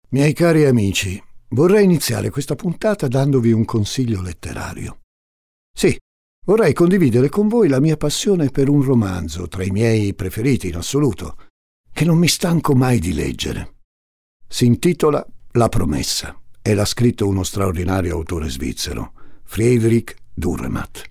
Miei cari amici, vorrei iniziare questa puntata dandovi un consiglio letterario. Sì, vorrei condividere con voi la mia passione per un romanzo tra i miei preferiti in assoluto, che non mi stanco mai di leggere. Si intitola La promessa e l'ha scritto uno straordinario autore svizzero, Friedrich Dürrenmatt.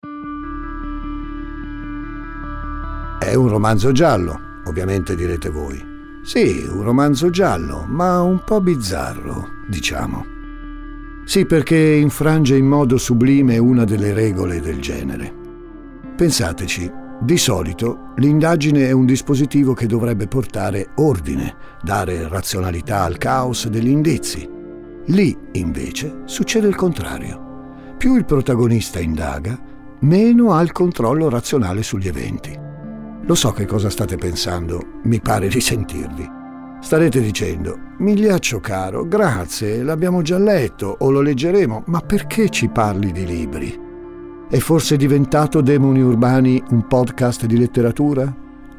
È un romanzo giallo, ovviamente direte voi. Sì, un romanzo giallo, ma un po' bizzarro, diciamo. Sì, perché infrange in modo sublime una delle regole del genere. Pensateci, di solito l'indagine è un dispositivo che dovrebbe portare ordine, dare razionalità al caos degli indizi. Lì, invece, succede il contrario. Più il protagonista indaga, meno ha il controllo razionale sugli eventi. Lo so che cosa state pensando, mi pare di sentirvi. Starete dicendo, Migliaccio caro, grazie, l'abbiamo già letto o lo leggeremo, ma perché ci parli di libri? È forse diventato Demoni Urbani un podcast di letteratura?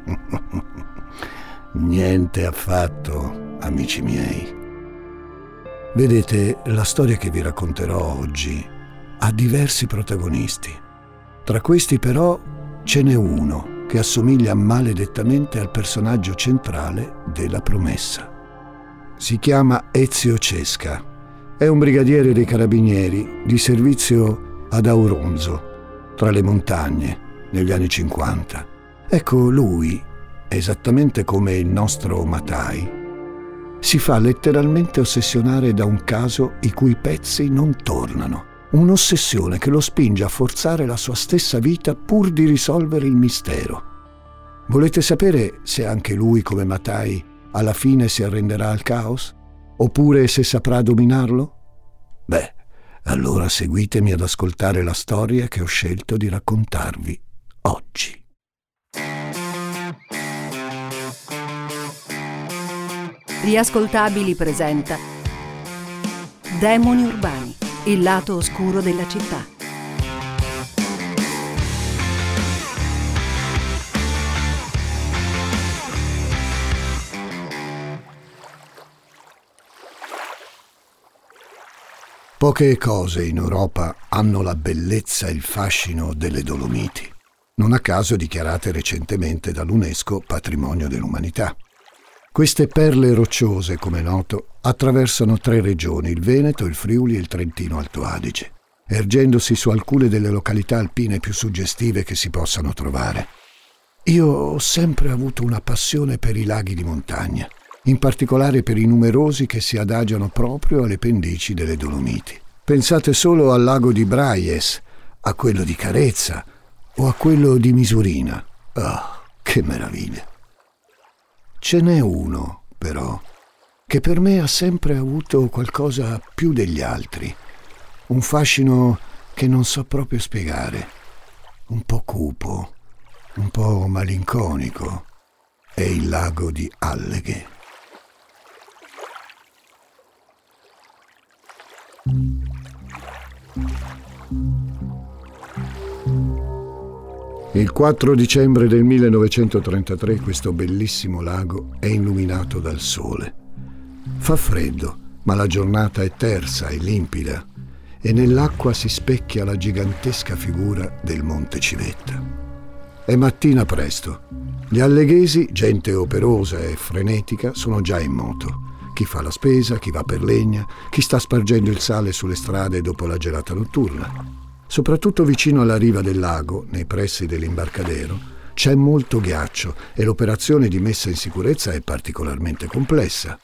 Niente affatto, amici miei. Vedete, la storia che vi racconterò oggi ha diversi protagonisti. Tra questi però ce n'è uno che assomiglia maledettamente al personaggio centrale della promessa. Si chiama Ezio Cesca. È un brigadiere dei carabinieri di servizio ad Auronzo, tra le montagne, negli anni 50. Ecco, lui, esattamente come il nostro Matai, si fa letteralmente ossessionare da un caso i cui pezzi non tornano. Un'ossessione che lo spinge a forzare la sua stessa vita pur di risolvere il mistero. Volete sapere se anche lui, come Matai, alla fine si arrenderà al caos? Oppure se saprà dominarlo? Beh, allora seguitemi ad ascoltare la storia che ho scelto di raccontarvi oggi. Riascoltabili presenta Demoni Urbani, il lato oscuro della città. Poche cose in Europa hanno la bellezza e il fascino delle Dolomiti, non a caso dichiarate recentemente dall'UNESCO Patrimonio dell'Umanità. Queste perle rocciose, come è noto, attraversano 3 regioni, il Veneto, il Friuli e il Trentino Alto Adige, ergendosi su alcune delle località alpine più suggestive che si possano trovare. Io ho sempre avuto una passione per i laghi di montagna, in particolare per i numerosi che si adagiano proprio alle pendici delle Dolomiti. Pensate solo al lago di Braies, a quello di Carezza o a quello di Misurina. Oh, che meraviglia! Ce n'è uno, però, che per me ha sempre avuto qualcosa più degli altri, un fascino che non so proprio spiegare, un po' cupo, un po' malinconico. È il lago di Alleghe. Il 4 dicembre del 1933 questo bellissimo lago è illuminato dal sole. Fa freddo, ma la giornata è tersa e limpida e nell'acqua si specchia la gigantesca figura del Monte Civetta. È mattina presto. Gli alleghesi, gente operosa e frenetica, sono già in moto. Chi fa la spesa, chi va per legna, chi sta spargendo il sale sulle strade dopo la gelata notturna. Soprattutto vicino alla riva del lago, nei pressi dell'imbarcadero, c'è molto ghiaccio e l'operazione di messa in sicurezza è particolarmente complessa.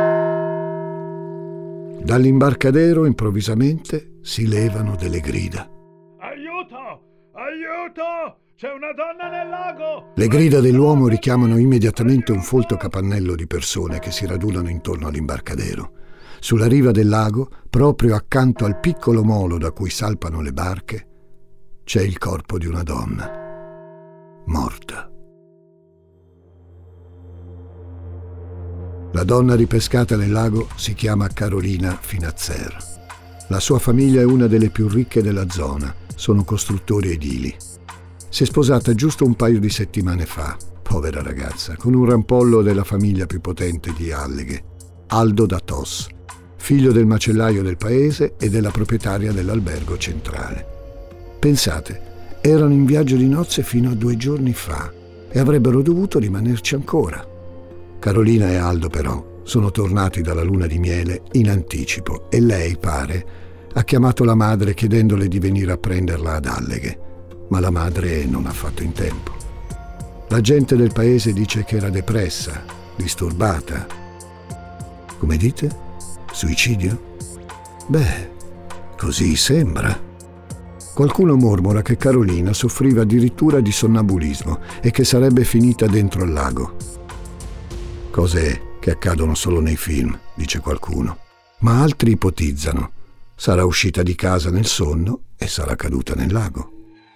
Dall'imbarcadero improvvisamente si levano delle grida. Aiuto! Aiuto! C'è una donna nel lago! Le grida dell'uomo richiamano immediatamente un folto capannello di persone che si radunano intorno all'imbarcadero. Sulla riva del lago, proprio accanto al piccolo molo da cui salpano le barche, c'è il corpo di una donna, morta. La donna ripescata nel lago si chiama Carolina Finazzer. La sua famiglia è una delle più ricche della zona, sono costruttori edili. Si è sposata giusto un paio di settimane fa, povera ragazza, con un rampollo della famiglia più potente di Alleghe. Aldo da Tos, figlio del macellaio del paese e della proprietaria dell'albergo centrale. Pensate, erano in viaggio di nozze fino a 2 giorni fa e avrebbero dovuto rimanerci ancora. Carolina e Aldo però sono tornati dalla luna di miele in anticipo e lei, pare, ha chiamato la madre chiedendole di venire a prenderla ad Alleghe, ma la madre non ha fatto in tempo. La gente del paese dice che era depressa, disturbata. Come dite? Suicidio? Beh, così sembra. Qualcuno mormora che Carolina soffriva addirittura di sonnambulismo e che sarebbe finita dentro il lago. Cose che accadono solo nei film, dice qualcuno, ma altri ipotizzano. Sarà uscita di casa nel sonno e sarà caduta nel lago.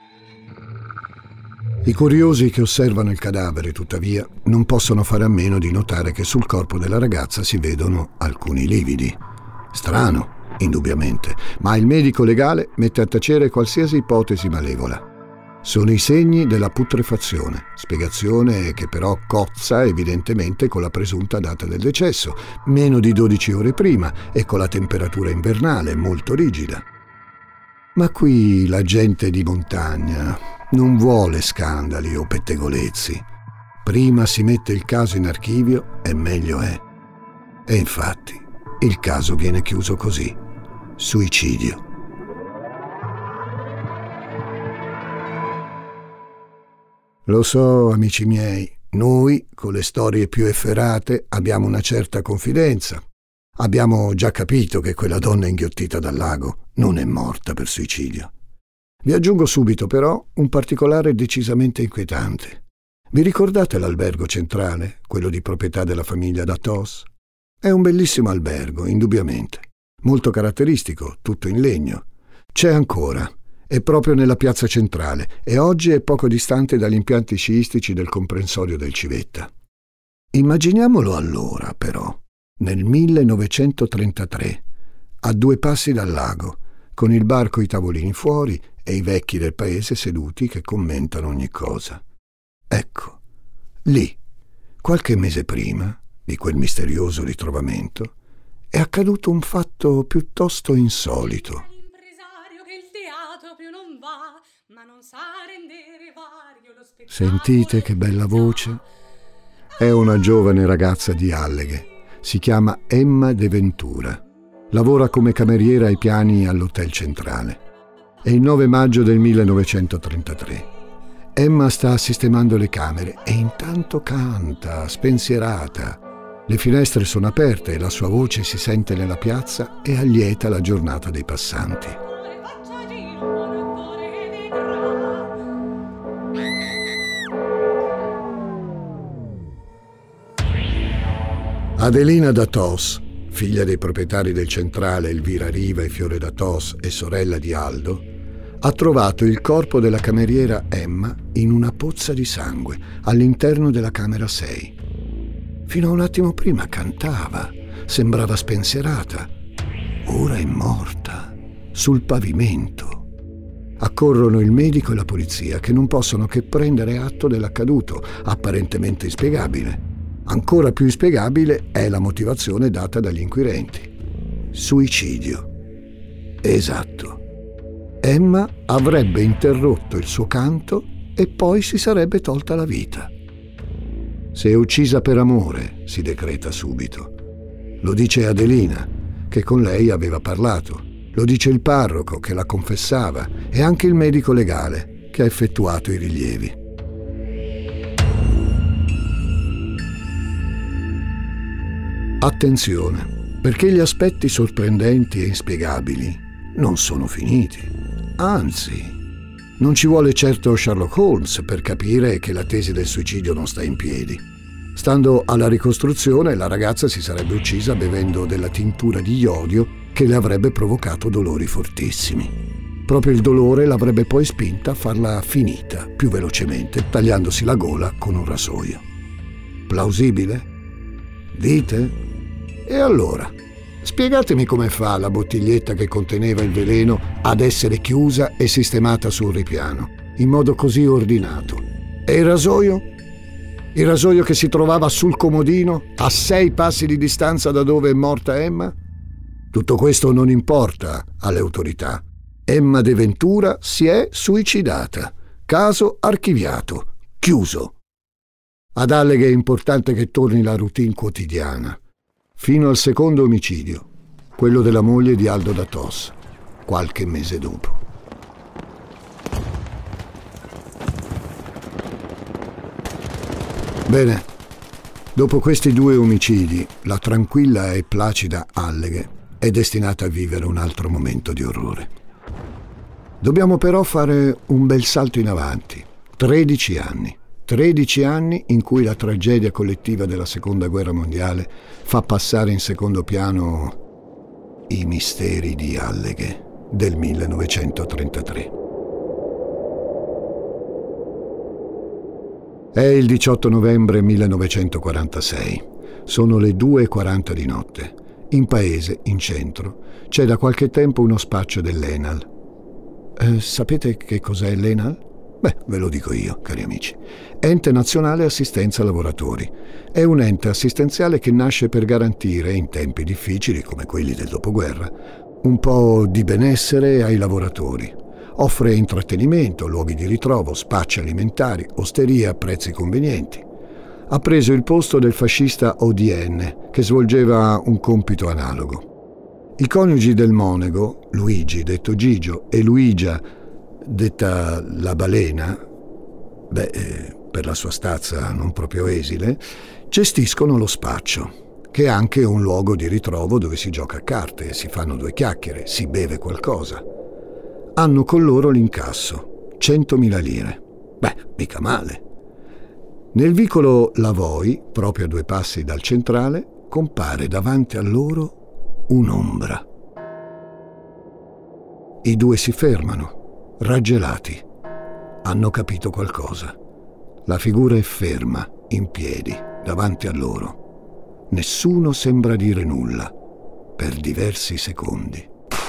I curiosi che osservano il cadavere, tuttavia, non possono fare a meno di notare che sul corpo della ragazza si vedono alcuni lividi. Strano, indubbiamente, ma il medico legale mette a tacere qualsiasi ipotesi malevola. Sono i segni della putrefazione, spiegazione che però cozza evidentemente con la presunta data del decesso, meno di 12 ore prima e con la temperatura invernale molto rigida. Ma qui la gente di montagna non vuole scandali o pettegolezzi. Prima si mette il caso in archivio e meglio è. E infatti il caso viene chiuso così: suicidio. Lo so, amici miei, noi, con le storie più efferate, abbiamo una certa confidenza. Abbiamo già capito che quella donna inghiottita dal lago non è morta per suicidio. Vi aggiungo subito, però, un particolare decisamente inquietante. Vi ricordate l'albergo centrale, quello di proprietà della famiglia da Tos? È un bellissimo albergo, indubbiamente. Molto caratteristico, tutto in legno. C'è ancora. È proprio nella piazza centrale e oggi è poco distante dagli impianti sciistici del comprensorio del Civetta. Immaginiamolo allora, però, nel 1933, a 2 passi dal lago, con il bar coi tavolini fuori e i vecchi del paese seduti che commentano ogni cosa. Ecco, lì, qualche mese prima di quel misterioso ritrovamento, è accaduto un fatto piuttosto insolito. Sentite che bella voce? È una giovane ragazza di Alleghe. Si chiama Emma De Ventura. Lavora come cameriera ai piani all'Hotel Centrale. È il 9 maggio del 1933. Emma sta sistemando le camere e intanto canta, spensierata. Le finestre sono aperte e la sua voce si sente nella piazza e allieta la giornata dei passanti. Adelina da Tos, figlia dei proprietari del Centrale Elvira Riva e Fiore da Tos e sorella di Aldo, ha trovato il corpo della cameriera Emma in una pozza di sangue all'interno della camera 6. Fino a un attimo prima cantava, sembrava spensierata. Ora è morta, sul pavimento. Accorrono il medico e la polizia che non possono che prendere atto dell'accaduto, apparentemente inspiegabile. Ancora più inspiegabile è la motivazione data dagli inquirenti. Suicidio. Esatto. Emma avrebbe interrotto il suo canto e poi si sarebbe tolta la vita. Si è uccisa per amore, si decreta subito. Lo dice Adelina, che con lei aveva parlato. Lo dice il parroco, che la confessava, e anche il medico legale, che ha effettuato i rilievi. Attenzione, perché gli aspetti sorprendenti e inspiegabili non sono finiti. Anzi, non ci vuole certo Sherlock Holmes per capire che la tesi del suicidio non sta in piedi. Stando alla ricostruzione, la ragazza si sarebbe uccisa bevendo della tintura di iodio che le avrebbe provocato dolori fortissimi. Proprio il dolore l'avrebbe poi spinta a farla finita più velocemente, tagliandosi la gola con un rasoio. Plausibile? Dite? E allora, spiegatemi come fa la bottiglietta che conteneva il veleno ad essere chiusa e sistemata sul ripiano, in modo così ordinato. E il rasoio? Il rasoio che si trovava sul comodino, a 6 passi di distanza da dove è morta Emma? Tutto questo non importa alle autorità. Emma De Ventura si è suicidata. Caso archiviato, chiuso. Ad Alleghe è importante che torni la routine quotidiana, fino al secondo omicidio, quello della moglie di Aldo da Tos, qualche mese dopo. Bene, dopo questi 2 omicidi, la tranquilla e placida Alleghe è destinata a vivere un altro momento di orrore. Dobbiamo però fare un bel salto in avanti. 13 anni. 13 anni in cui la tragedia collettiva della Seconda Guerra Mondiale fa passare in secondo piano i misteri di Alleghe del 1933. È il 18 novembre 1946. Sono le 2:40 di notte. In paese, in centro, c'è da qualche tempo uno spaccio dell'Enal. Sapete che cos'è l'Enal? Beh, ve lo dico io, cari amici. Ente Nazionale Assistenza Lavoratori. È un ente assistenziale che nasce per garantire, in tempi difficili come quelli del dopoguerra, un po' di benessere ai lavoratori. Offre intrattenimento, luoghi di ritrovo, spacci alimentari, osterie a prezzi convenienti. Ha preso il posto del fascista ODN, che svolgeva un compito analogo. I coniugi del monego, Luigi, detto Gigio, e Luigia, detta la balena, per la sua stazza non proprio esile, gestiscono lo spaccio, che è anche un luogo di ritrovo dove si gioca a carte, si fanno 2 chiacchiere, si beve qualcosa. Hanno con loro l'incasso, 100.000 lire. Mica male. Nel vicolo Lavoi, proprio a 2 passi dal centrale, compare davanti a loro un'ombra. I 2 si fermano, raggelati. Hanno capito qualcosa. La figura è ferma, in piedi, davanti a loro. Nessuno sembra dire nulla, per diversi secondi.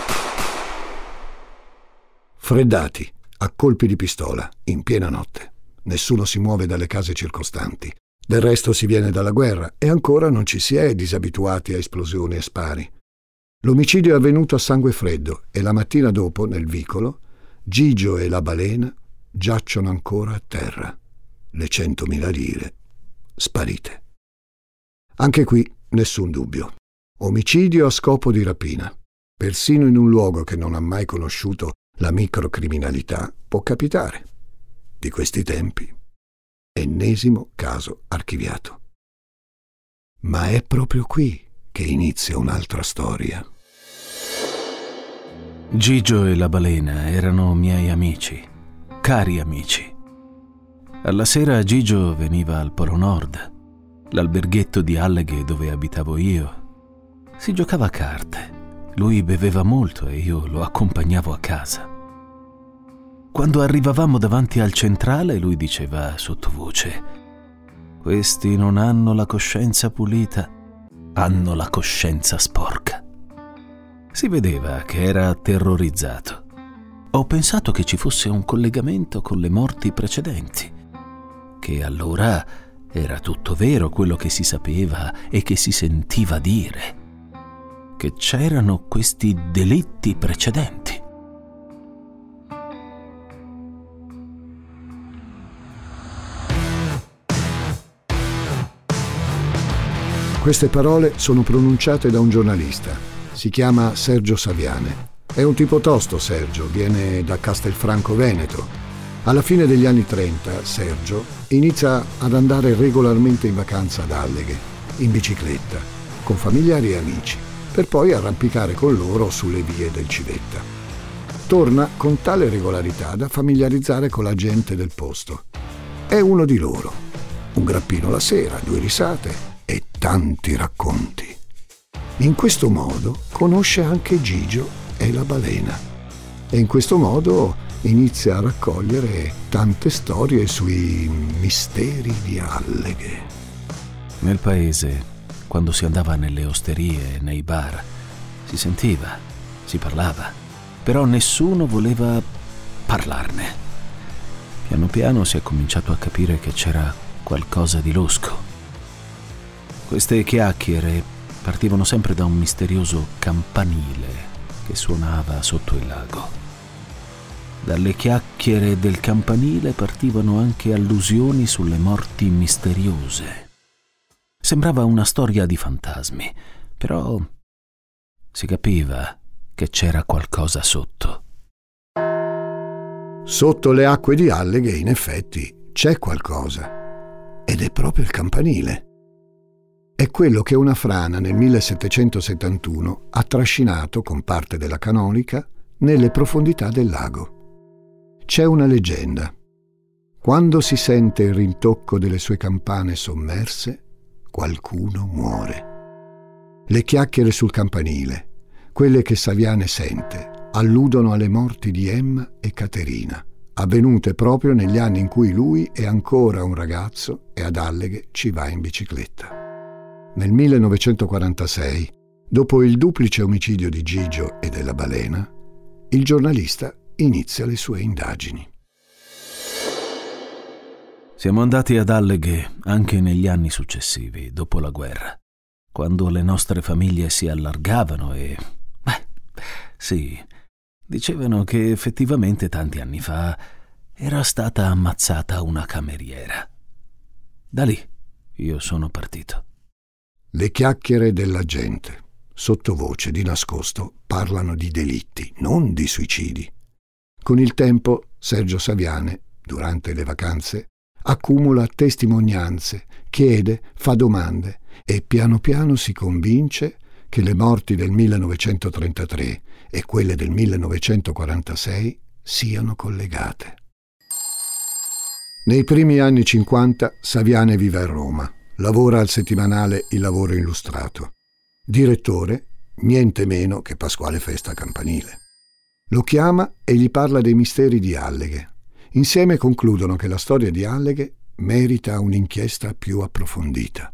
Freddati, a colpi di pistola, in piena notte. Nessuno si muove dalle case circostanti. Del resto si viene dalla guerra e ancora non ci si è disabituati a esplosioni e spari. L'omicidio è avvenuto a sangue freddo e la mattina dopo, nel vicolo, Gigio e la balena giacciono ancora a terra. Le 100.000 lire sparite. Anche qui nessun dubbio. Omicidio a scopo di rapina. Persino in un luogo che non ha mai conosciuto la microcriminalità può capitare. Di questi tempi, ennesimo caso archiviato. Ma è proprio qui che inizia un'altra storia. Gigio e la balena erano miei amici, cari amici. Alla sera Gigio veniva al Polo Nord, l'alberghetto di Alleghe dove abitavo io. Si giocava a carte. Lui beveva molto e io lo accompagnavo a casa. Quando arrivavamo davanti al centrale, lui diceva sottovoce: «Questi non hanno la coscienza pulita, hanno la coscienza sporca». Si vedeva che era terrorizzato. Ho pensato che ci fosse un collegamento con le morti precedenti, che allora era tutto vero quello che si sapeva e che si sentiva dire, che c'erano questi delitti precedenti. Queste parole sono pronunciate da un giornalista. Si chiama Sergio Saviane. È un tipo tosto, Sergio, viene da Castelfranco Veneto. Alla fine degli anni 30, Sergio inizia ad andare regolarmente in vacanza ad Alleghe, in bicicletta, con familiari e amici, per poi arrampicare con loro sulle vie del Civetta. Torna con tale regolarità da familiarizzare con la gente del posto. È uno di loro. Un grappino la sera, 2 risate e tanti racconti. In questo modo conosce anche Gigio e la balena. E in questo modo inizia a raccogliere tante storie sui misteri di Alleghe. Nel paese, quando si andava nelle osterie, nei bar, si sentiva, si parlava, però nessuno voleva parlarne. Piano piano si è cominciato a capire che c'era qualcosa di losco. Queste chiacchiere partivano sempre da un misterioso campanile che suonava sotto il lago. Dalle chiacchiere del campanile partivano anche allusioni sulle morti misteriose. Sembrava una storia di fantasmi, però si capiva che c'era qualcosa sotto. Sotto le acque di Alleghe, in effetti, c'è qualcosa, ed è proprio il campanile. È quello che una frana nel 1771 ha trascinato con parte della canonica nelle profondità del lago. C'è una leggenda. Quando si sente il rintocco delle sue campane sommerse, qualcuno muore. Le chiacchiere sul campanile, quelle che Saviane sente, alludono alle morti di Emma e Caterina, avvenute proprio negli anni in cui lui è ancora un ragazzo e ad Alleghe ci va in bicicletta. Nel 1946, dopo il duplice omicidio di Gigio e della balena, il giornalista inizia le sue indagini. Siamo andati ad Alleghe anche negli anni successivi, dopo la guerra, quando le nostre famiglie si allargavano e... sì, dicevano che effettivamente tanti anni fa era stata ammazzata una cameriera. Da lì io sono partito. Le chiacchiere della gente, sottovoce, di nascosto, parlano di delitti, non di suicidi. Con il tempo, Sergio Saviane, durante le vacanze, accumula testimonianze, chiede, fa domande e piano piano si convince che le morti del 1933 e quelle del 1946 siano collegate. Nei primi anni 50 Saviane vive a Roma, lavora al settimanale Il Lavoro Illustrato. Direttore, niente meno che Pasquale Festa Campanile. Lo chiama e gli parla dei misteri di Alleghe. Insieme concludono che la storia di Alleghe merita un'inchiesta più approfondita.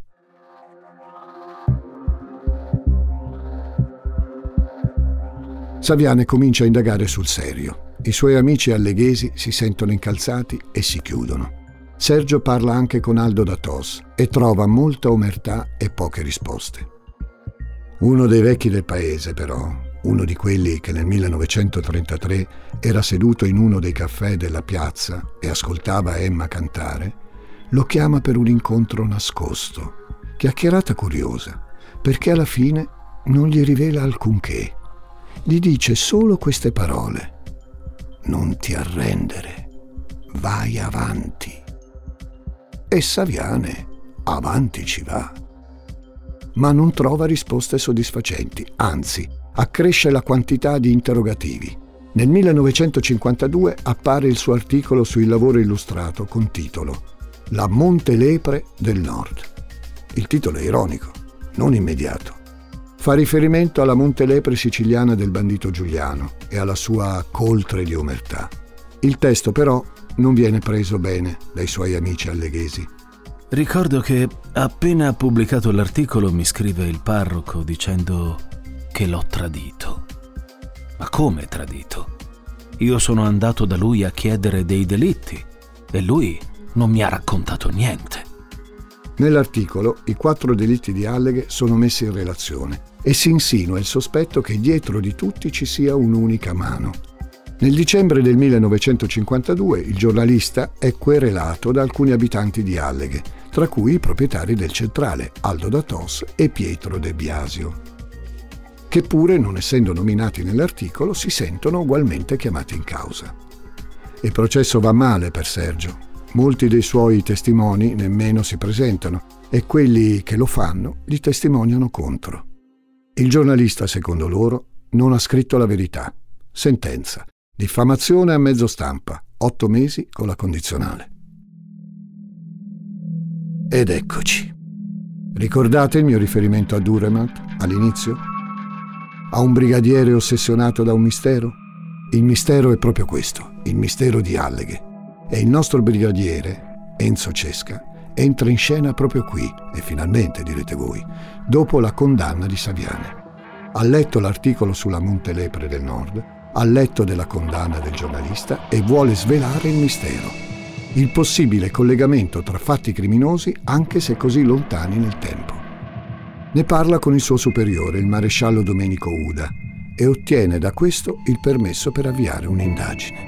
Saviane comincia a indagare sul serio. I suoi amici alleghesi si sentono incalzati e si chiudono. Sergio parla anche con Aldo da Tos e trova molta omertà e poche risposte. Uno dei vecchi del paese, però, uno di quelli che nel 1933 era seduto in uno dei caffè della piazza e ascoltava Emma cantare, lo chiama per un incontro nascosto, chiacchierata curiosa, perché alla fine non gli rivela alcunché. Gli dice solo queste parole: non ti arrendere, vai avanti. E Saviane avanti ci va. Ma non trova risposte soddisfacenti, anzi, accresce la quantità di interrogativi. Nel 1952 appare il suo articolo su Il Lavoro Illustrato con titolo La Montelepre del Nord. Il titolo è ironico, non immediato. Fa riferimento alla Montelepre siciliana del bandito Giuliano e alla sua coltre di omertà. Il testo però non viene preso bene dai suoi amici alleghesi. Ricordo che appena pubblicato l'articolo mi scrive il parroco dicendo che l'ho tradito. Ma come tradito? Io sono andato da lui a chiedere dei delitti e lui non mi ha raccontato niente. Nell'articolo i 4 delitti di Alleghe sono messi in relazione e si insinua il sospetto che dietro di tutti ci sia un'unica mano. Nel dicembre del 1952 il giornalista è querelato da alcuni abitanti di Alleghe, tra cui i proprietari del centrale, Aldo da Tos e Pietro De Biasio, che pure, non essendo nominati nell'articolo, si sentono ugualmente chiamati in causa. Il processo va male per Sergio. Molti dei suoi testimoni nemmeno si presentano e quelli che lo fanno li testimoniano contro. Il giornalista, secondo loro, non ha scritto la verità. Sentenza: diffamazione a mezzo stampa, 8 mesi con la condizionale. Ed eccoci. Ricordate il mio riferimento a Dürrenmatt all'inizio? A un brigadiere ossessionato da un mistero? Il mistero è proprio questo, il mistero di Alleghe. E il nostro brigadiere, Enzo Cesca, entra in scena proprio qui, e finalmente, direte voi, dopo la condanna di Saviane. Ha letto l'articolo sulla Montelepre del Nord, ha letto della condanna del giornalista e vuole svelare il mistero. il possibile collegamento tra fatti criminosi anche se così lontani nel tempo. Ne parla con il suo superiore, il maresciallo Domenico Uda, e ottiene da questo il permesso per avviare un'indagine.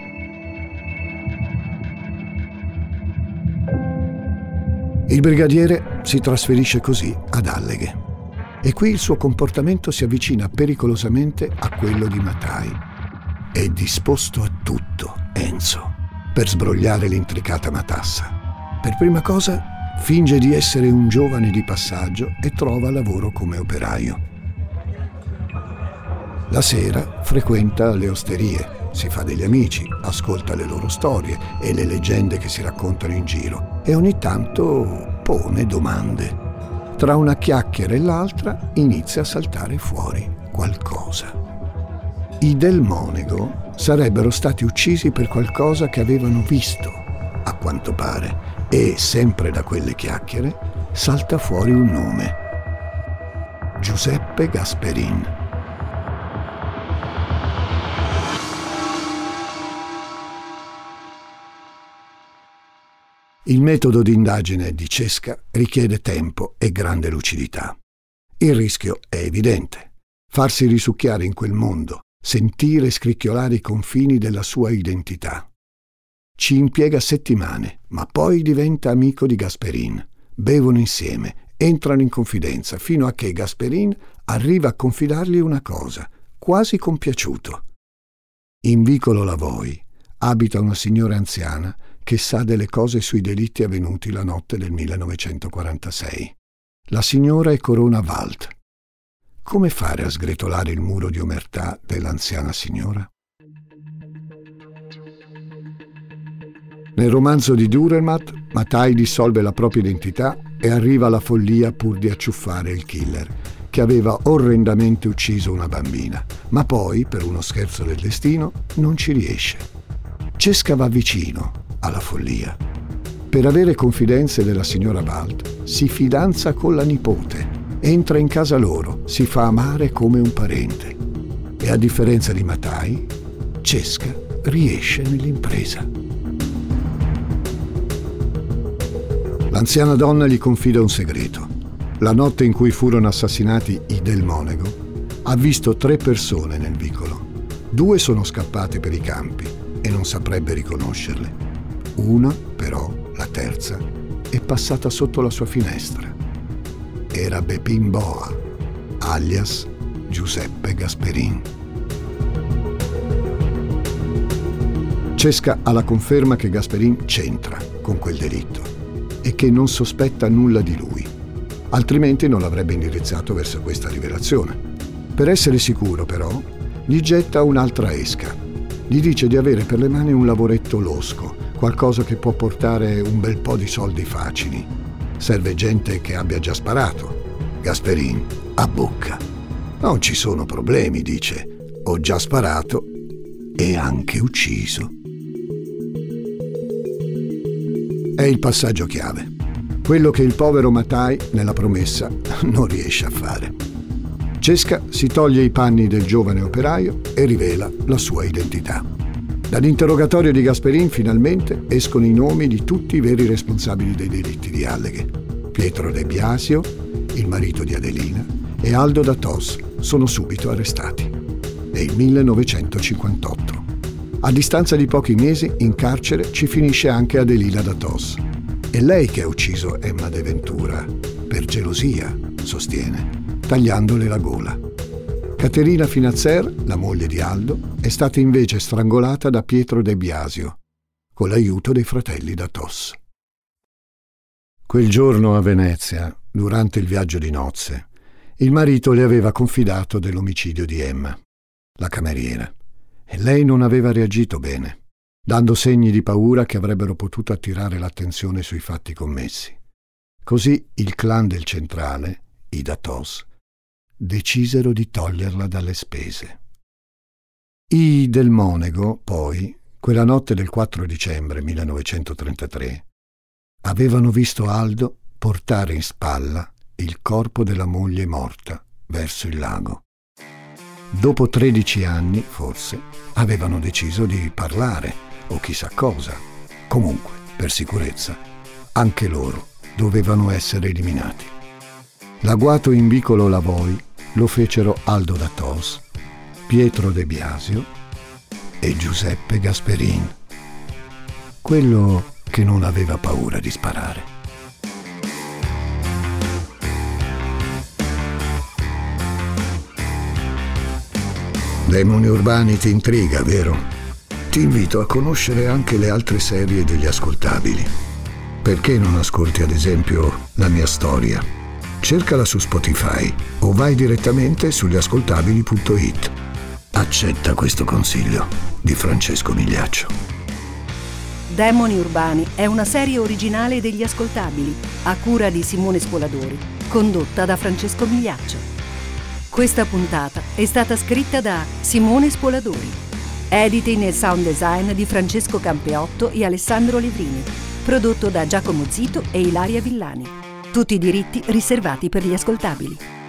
Il brigadiere si trasferisce così ad Alleghe e qui il suo comportamento si avvicina pericolosamente a quello di Mathai. È disposto a tutto, Enzo, per sbrogliare l'intricata matassa. Per prima cosa finge di essere un giovane di passaggio e trova lavoro come operaio. La sera frequenta le osterie, si fa degli amici, ascolta le loro storie e le leggende che si raccontano in giro e ogni tanto pone domande. Tra una chiacchiera e l'altra inizia a saltare fuori qualcosa. I Del Monego sarebbero stati uccisi per qualcosa che avevano visto, a quanto pare, e sempre da quelle chiacchiere salta fuori un nome: Giuseppe Gasperin. Il metodo di indagine di Cesca richiede tempo e grande lucidità. Il rischio è evidente: farsi risucchiare in quel mondo, sentire scricchiolare i confini della sua identità. Ci impiega settimane, ma poi diventa amico di Gasperin. Bevono insieme, entrano in confidenza, fino a che Gasperin arriva a confidargli una cosa, quasi compiaciuto. In vicolo Lavoi abita una signora anziana che sa delle cose sui delitti avvenuti la notte del 1946. La signora è Corona Wald. Come fare a sgretolare il muro di omertà dell'anziana signora? Nel romanzo di Dürrenmatt, Mathai dissolve la propria identità e arriva alla follia pur di acciuffare il killer, che aveva orrendamente ucciso una bambina, ma poi, per uno scherzo del destino, non ci riesce. Cesca va vicino alla follia. Per avere confidenze della signora Wald, si fidanza con la nipote, entra in casa loro, si fa amare come un parente. E a differenza di Mathai, Cesca riesce nell'impresa. L'anziana donna gli confida un segreto. La notte in cui furono assassinati i Del Monego, ha visto 3 persone nel vicolo. 2 sono scappate per i campi e non saprebbe riconoscerle. Una, però, la terza, è passata sotto la sua finestra. Era Bepin Boa, alias Giuseppe Gasperin. Cesca ha la conferma che Gasperin c'entra con quel delitto e che non sospetta nulla di lui, altrimenti non l'avrebbe indirizzato verso questa rivelazione. Per essere sicuro, però, gli getta un'altra esca. Gli dice di avere per le mani un lavoretto losco, qualcosa che può portare un bel po' di soldi facili. Serve gente che abbia già sparato. Gasperin abbocca. Non ci sono problemi, dice. Ho già sparato e anche ucciso. È il passaggio chiave, quello che il povero Mathai nella promessa non riesce a fare. Cesca si toglie i panni del giovane operaio e rivela la sua identità. Dall'interrogatorio di Gasperin finalmente escono i nomi di tutti i veri responsabili dei delitti di Alleghe. Pietro De Biasio, il marito di Adelina, e Aldo da Tos sono subito arrestati. È il 1958. A distanza di pochi mesi in carcere ci finisce anche Adelina da Tos. È lei che ha ucciso Emma De Ventura, per gelosia, sostiene, tagliandole la gola. Caterina Finazzer, la moglie di Aldo, è stata invece strangolata da Pietro De Biasio, con l'aiuto dei fratelli da Tos. Quel giorno a Venezia, durante il viaggio di nozze, il marito le aveva confidato dell'omicidio di Emma, la cameriera, e lei non aveva reagito bene, dando segni di paura che avrebbero potuto attirare l'attenzione sui fatti commessi. Così il clan del centrale, i da Tos, decisero di toglierla dalle spese. I Del Monego, poi, quella notte del 4 dicembre 1933, avevano visto Aldo portare in spalla il corpo della moglie morta verso il lago. Dopo 13 anni, forse, avevano deciso di parlare, o chissà cosa. Comunque, per sicurezza, anche loro dovevano essere eliminati. L'agguato in vicolo Lavoi lo fecero Aldo da Tos, Pietro De Biasio e Giuseppe Gasperin, quello che non aveva paura di sparare. Demoni Urbani ti intriga, vero? Ti invito a conoscere anche le altre serie degli ascoltabili. Perché non ascolti ad esempio La mia storia? Cercala su Spotify o vai direttamente sugliascoltabili.it. Accetta questo consiglio di Francesco Migliaccio. Demoni Urbani è una serie originale degli Ascoltabili, a cura di Simone Spoladori, condotta da Francesco Migliaccio. Questa puntata è stata scritta da Simone Spoladori, editing e sound design di Francesco Campeotto e Alessandro Livrini, prodotto da Giacomo Zito e Ilaria Villani. Tutti i diritti riservati per gli Ascoltabili.